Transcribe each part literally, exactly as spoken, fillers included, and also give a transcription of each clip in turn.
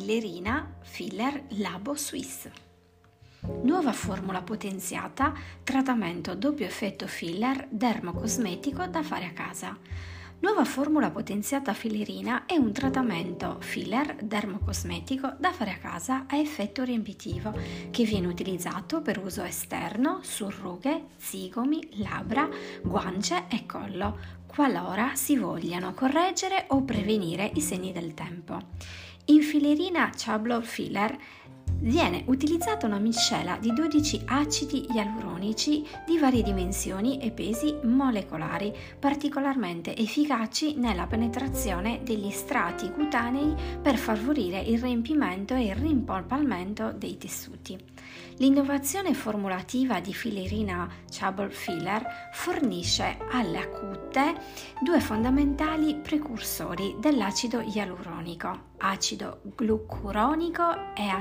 Filerina Filler Labo Suisse. Nuova formula potenziata, trattamento doppio effetto filler dermocosmetico da fare a casa. Nuova formula potenziata Filerina è un trattamento filler dermocosmetico da fare a casa a effetto riempitivo che viene utilizzato per uso esterno su rughe, zigomi, labbra, guance e collo, qualora si vogliano correggere o prevenire i segni del tempo. In Filerina Chablo Filler viene utilizzata una miscela di dodici acidi ialuronici di varie dimensioni e pesi molecolari, particolarmente efficaci nella penetrazione degli strati cutanei per favorire il riempimento e il rimpolpamento dei tessuti. L'innovazione formulativa di Filerina Chablo Filler fornisce alle cute due fondamentali precursori dell'acido ialuronico, acido glucuronico e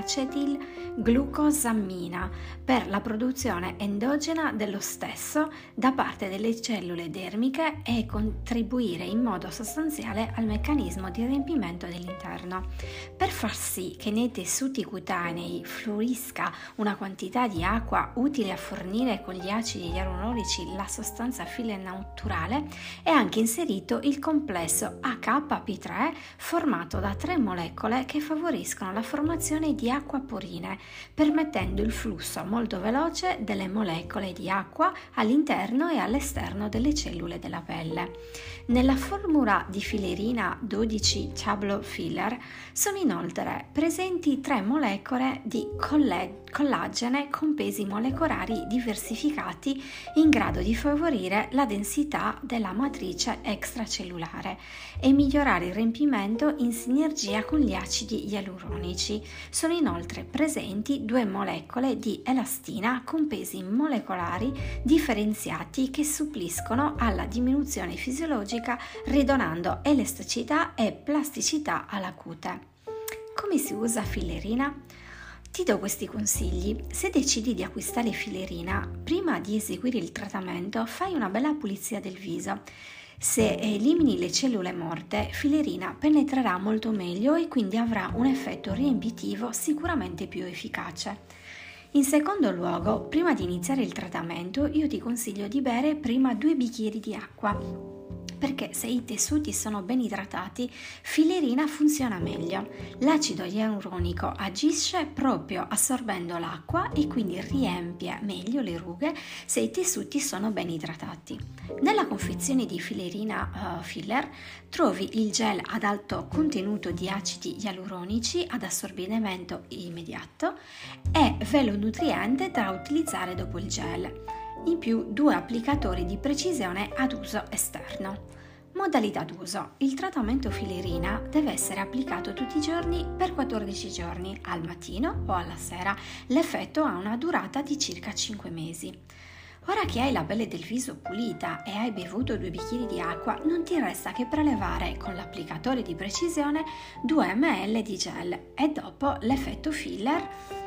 acetilglucosammina, per la produzione endogena dello stesso da parte delle cellule dermiche e contribuire in modo sostanziale al meccanismo di riempimento dell'interno. Per far sì che nei tessuti cutanei fluisca una quantità di acqua utile a fornire con gli acidi ialuronici la sostanza filler naturale, è anche inserito il complesso H P tre formato da tre molecole che favoriscono la formazione di acquaporine, permettendo il flusso molto veloce delle molecole di acqua all'interno e all'esterno delle cellule della pelle. Nella formula di Filerina dodici Chablo Filler sono inoltre presenti tre molecole di collagene con pesi molecolari diversificati in grado di favorire la densità della matrice extracellulare e migliorare il riempimento in sinergia con gli acidi ialuronici. Sono inoltre presenti due molecole di elastina con pesi molecolari differenziati che suppliscono alla diminuzione fisiologica, ridonando elasticità e plasticità alla cute. Come si usa Filerina? Ti do questi consigli. Se decidi di acquistare Filerina, prima di eseguire il trattamento fai una bella pulizia del viso. Se elimini le cellule morte, Filerina penetrerà molto meglio e quindi avrà un effetto riempitivo sicuramente più efficace. In secondo luogo, prima di iniziare il trattamento, io ti consiglio di bere prima due bicchieri di acqua, perché se i tessuti sono ben idratati, Filerina funziona meglio. L'acido ialuronico agisce proprio assorbendo l'acqua e quindi riempie meglio le rughe se i tessuti sono ben idratati. Nella confezione di Filerina uh, Filler trovi il gel ad alto contenuto di acidi ialuronici ad assorbimento immediato e velo nutriente da utilizzare dopo il gel. In più due applicatori di precisione ad uso esterno. Modalità d'uso. Il trattamento Filerina deve essere applicato tutti i giorni per quattordici giorni, al mattino o alla sera. L'effetto ha una durata di circa cinque mesi. Ora che hai la pelle del viso pulita e hai bevuto due bicchieri di acqua, non ti resta che prelevare con l'applicatore di precisione due millilitri di gel e dopo l'effetto filler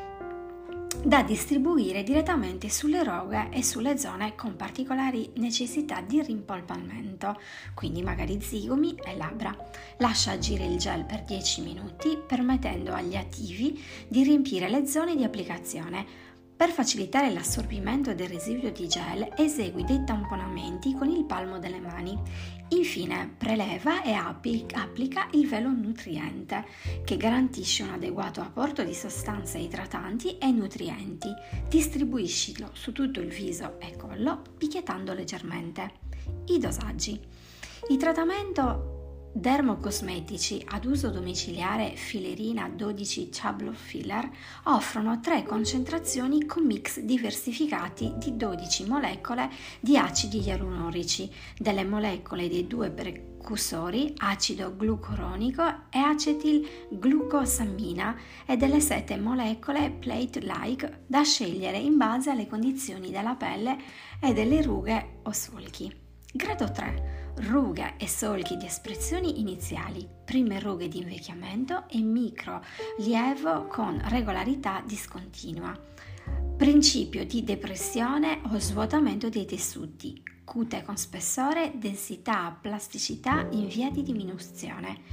da distribuire direttamente sulle rughe e sulle zone con particolari necessità di rimpolpamento, quindi magari zigomi e labbra. Lascia agire il gel per dieci minuti, permettendo agli attivi di riempire le zone di applicazione. Per facilitare l'assorbimento del residuo di gel, esegui dei tamponamenti con il palmo delle mani. Infine, preleva e applica il velo nutriente, che garantisce un adeguato apporto di sostanze idratanti e nutrienti. Distribuiscilo su tutto il viso e collo, picchiettando leggermente. I dosaggi. Il trattamento dermocosmetici ad uso domiciliare Filerina dodici Chablo Filler offrono tre concentrazioni con mix diversificati di dodici molecole di acidi ialuronici, delle molecole dei due precursori acido glucuronico e acetilglucosammina e delle sette molecole plate-like da scegliere in base alle condizioni della pelle e delle rughe o solchi. Grado tre. Rughe e solchi di espressioni iniziali, prime rughe di invecchiamento e micro lievo con regolarità discontinua. Principio di depressione o svuotamento dei tessuti, cute con spessore, densità, plasticità in via di diminuzione.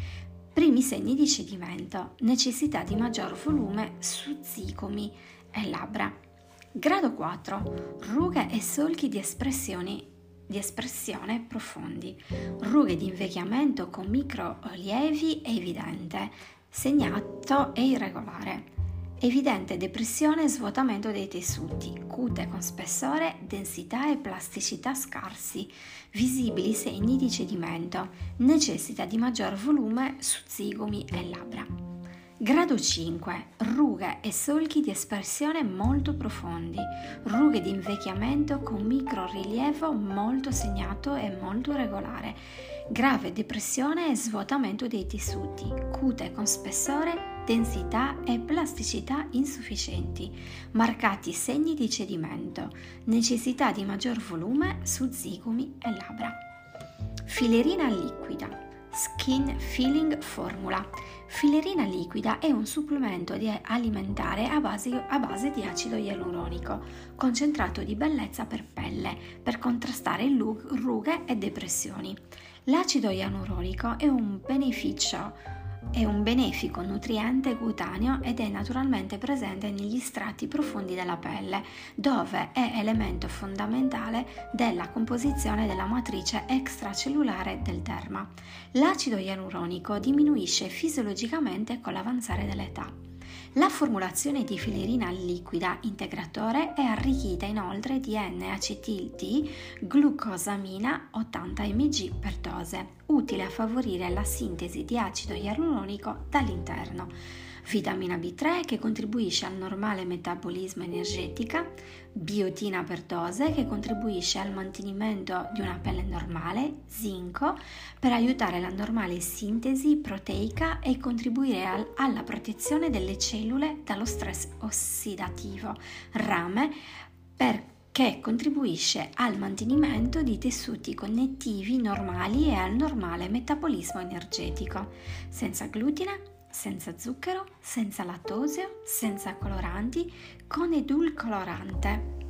Primi segni di cedimento, necessità di maggior volume su zigomi e labbra. Grado quattro, rughe e solchi di espressioni di espressione profondi, rughe di invecchiamento con microlievi evidente, segnato e irregolare, evidente depressione e svuotamento dei tessuti, cute con spessore, densità e plasticità scarsi, visibili segni di cedimento, necessita di maggior volume su zigomi e labbra. Grado cinque, rughe e solchi di espressione molto profondi, rughe di invecchiamento con microrilievo molto segnato e molto regolare, grave depressione e svuotamento dei tessuti, cute con spessore, densità e plasticità insufficienti, marcati segni di cedimento, necessità di maggior volume su zigomi e labbra. Filerina liquida. Skin Filling Formula. Filerina liquida è un supplemento alimentare a base, a base di acido ialuronico, concentrato di bellezza per pelle, per contrastare rughe e depressioni. L'acido ialuronico è un beneficio È un benefico nutriente cutaneo ed è naturalmente presente negli strati profondi della pelle, dove è elemento fondamentale della composizione della matrice extracellulare del derma. L'acido ialuronico diminuisce fisiologicamente con l'avanzare dell'età. La formulazione di filerina liquida integratore è arricchita inoltre di N-acetil-D-glucosamina ottanta milligrammi per dose, utile a favorire la sintesi di acido ialuronico dall'interno, vitamina B tre che contribuisce al normale metabolismo energetica, biotina per dose che contribuisce al mantenimento di una pelle normale, zinco per aiutare la normale sintesi proteica e contribuire al, alla protezione delle cellule dallo stress ossidativo, rame per che contribuisce al mantenimento di tessuti connettivi normali e al normale metabolismo energetico, senza glutine, senza zucchero, senza lattosio, senza coloranti, con edulcorante.